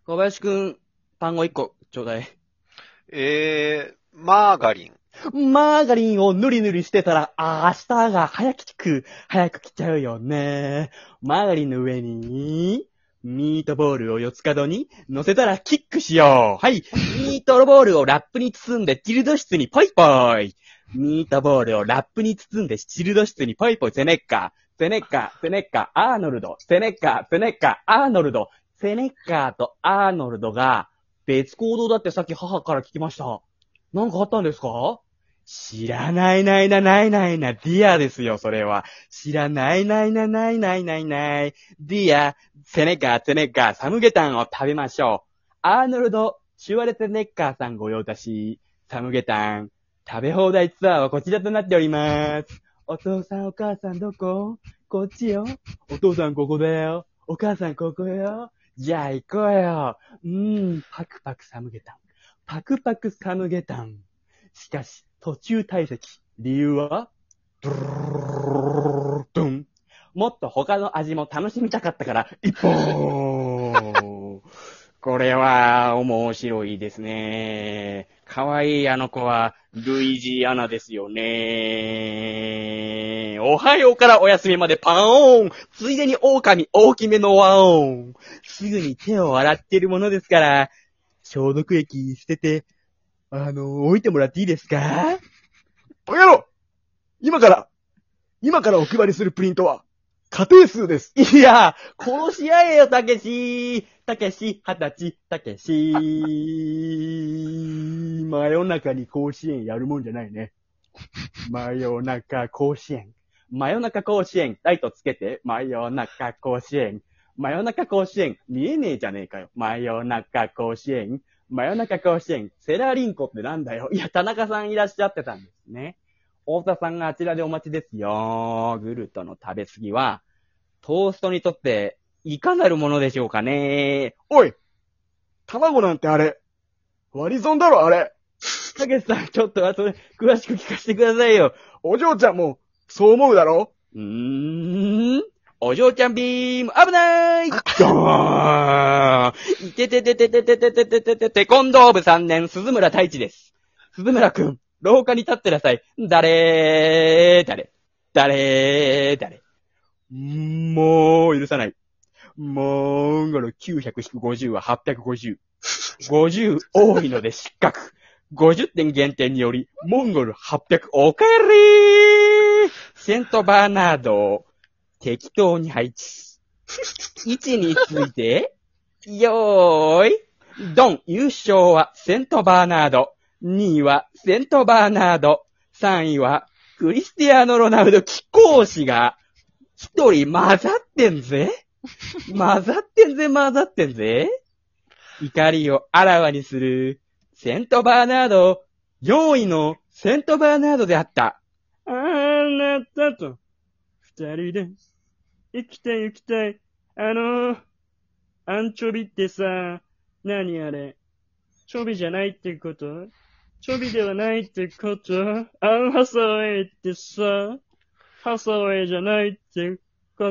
小林くん、単語1個、ちょうだい。 マーガリン。 マーガリンをぬりぬりしてたら、明日が早く来ちゃうよね。マーガリンの上に、ミートボールを四つ角に乗せたらキックしよう。はい。ミートボールをラップに包んでチルド室にポイポイ。ミートボールをラップに包んでチルド室にポイポイ。セネッカ、アーノルド。セネッカ、アーノルド。セネッカーとアーノルドが別行動だってさっき母から聞きました。なんかあったんですか？知らないないな、ディアですよ、それは。知らないないな、ディア、セネッカー、サムゲタンを食べましょう。アーノルド、シュワレツェネッカーさんご用達、サムゲタン、食べ放題ツアーはこちらとなっております。お父さんお母さんどこ？こっちよ。お父さんここだよ。お母さんここよ。じゃあ行こうよ。パクパクサムゲタン。パクパクサムゲタン。しかし、途中退席。理由はドゥルルルルドゥン。もっと他の味も楽しみたかったから、一本これは面白いですね。かわいいあの子は、ルイジアナですよね。おはようからお休みまでパーン。ついでに狼大きめのワオン。すぐに手を洗ってるものですから、消毒液捨てて、置いてもらっていいですか？ バカ野郎！今からお配りするプリントは、家庭数です。 いや、殺し合えよ、たけし、20歳、たけし。真夜中に甲子園やるもんじゃないね。真夜中甲子園。ライトつけて、真夜中甲子園。見えねえじゃねえかよ。真夜中甲子園。セラリンコってなんだよ。いや、田中さんいらっしゃってたんですね。太田さんがあちらでお待ちですよ。ヨーグルトの食べ過ぎは、トーストにとっていかなるものでしょうかね。 おい！卵なんてあれ、割り損だろあれ。 たけしさん、ちょっとそれ、詳しく聞かせてくださいよ。 お嬢ちゃんも、そう思うだろ？ お嬢ちゃんビーム、危ないドーンいてててててててててててて、コンドー部3年、鈴村太一です。鈴村くん、廊下に立ってなさい。誰もう許さない。モンゴル900-50は850。50多いので失格。50点減点により、モンゴル800おかえりセントバーナードを適当に配置。位置について、よーい、ドン優勝はセントバーナード。2位はセントバーナード。3位はクリスティアーノ・ロナウド貴公子が一人混ざってんぜ。怒りをあらわにするセントバーナード。4位のセントバーナードであった。あなたと二人で行きたい。アンチョビってさ、何あれ？チョビじゃないってこと？チョビではないってこと？アンハサウェイってさ、ハサウェイじゃないってこと？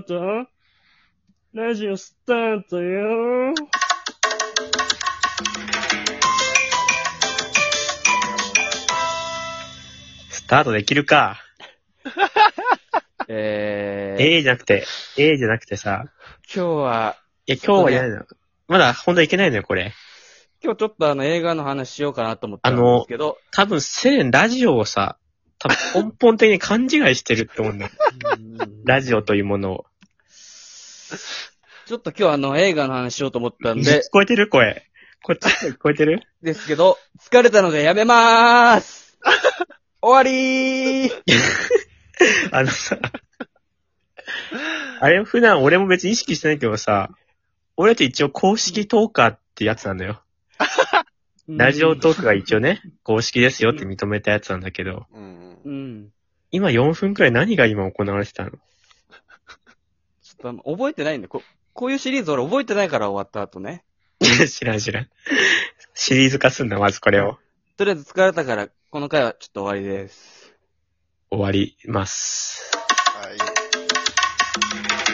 ラジオスタートよ。 スタートできるか。じゃなくてさ。 今日はやないの。まだ本当はいけないのよ、これ。 今日ちょっと映画の話しようかなと思ったんですけど。 多分ラジオをさ、根本的に勘違いしてるって思うんだよ。ラジオというものを。 ちょっと今日映画の話しようと思ったんで。 聞こえてる声。こっち聞こえてるですけど、疲れたのでやめまーす終わりーさ、あれ普段俺も別に意識してないけどさ、俺たち一応公式トーカーってやつなんだよ。ラジオトークが一応ね、公式ですよって認めたやつなんだけど、今4分くらい何が今行われてたの？ちょっと覚えてないんだ。こういうシリーズ俺覚えてないから終わった後ね。 知らん。シリーズ化すんだ、まずこれを。 とりあえず疲れたから、この回はちょっと終わりです。 終わります。 はい。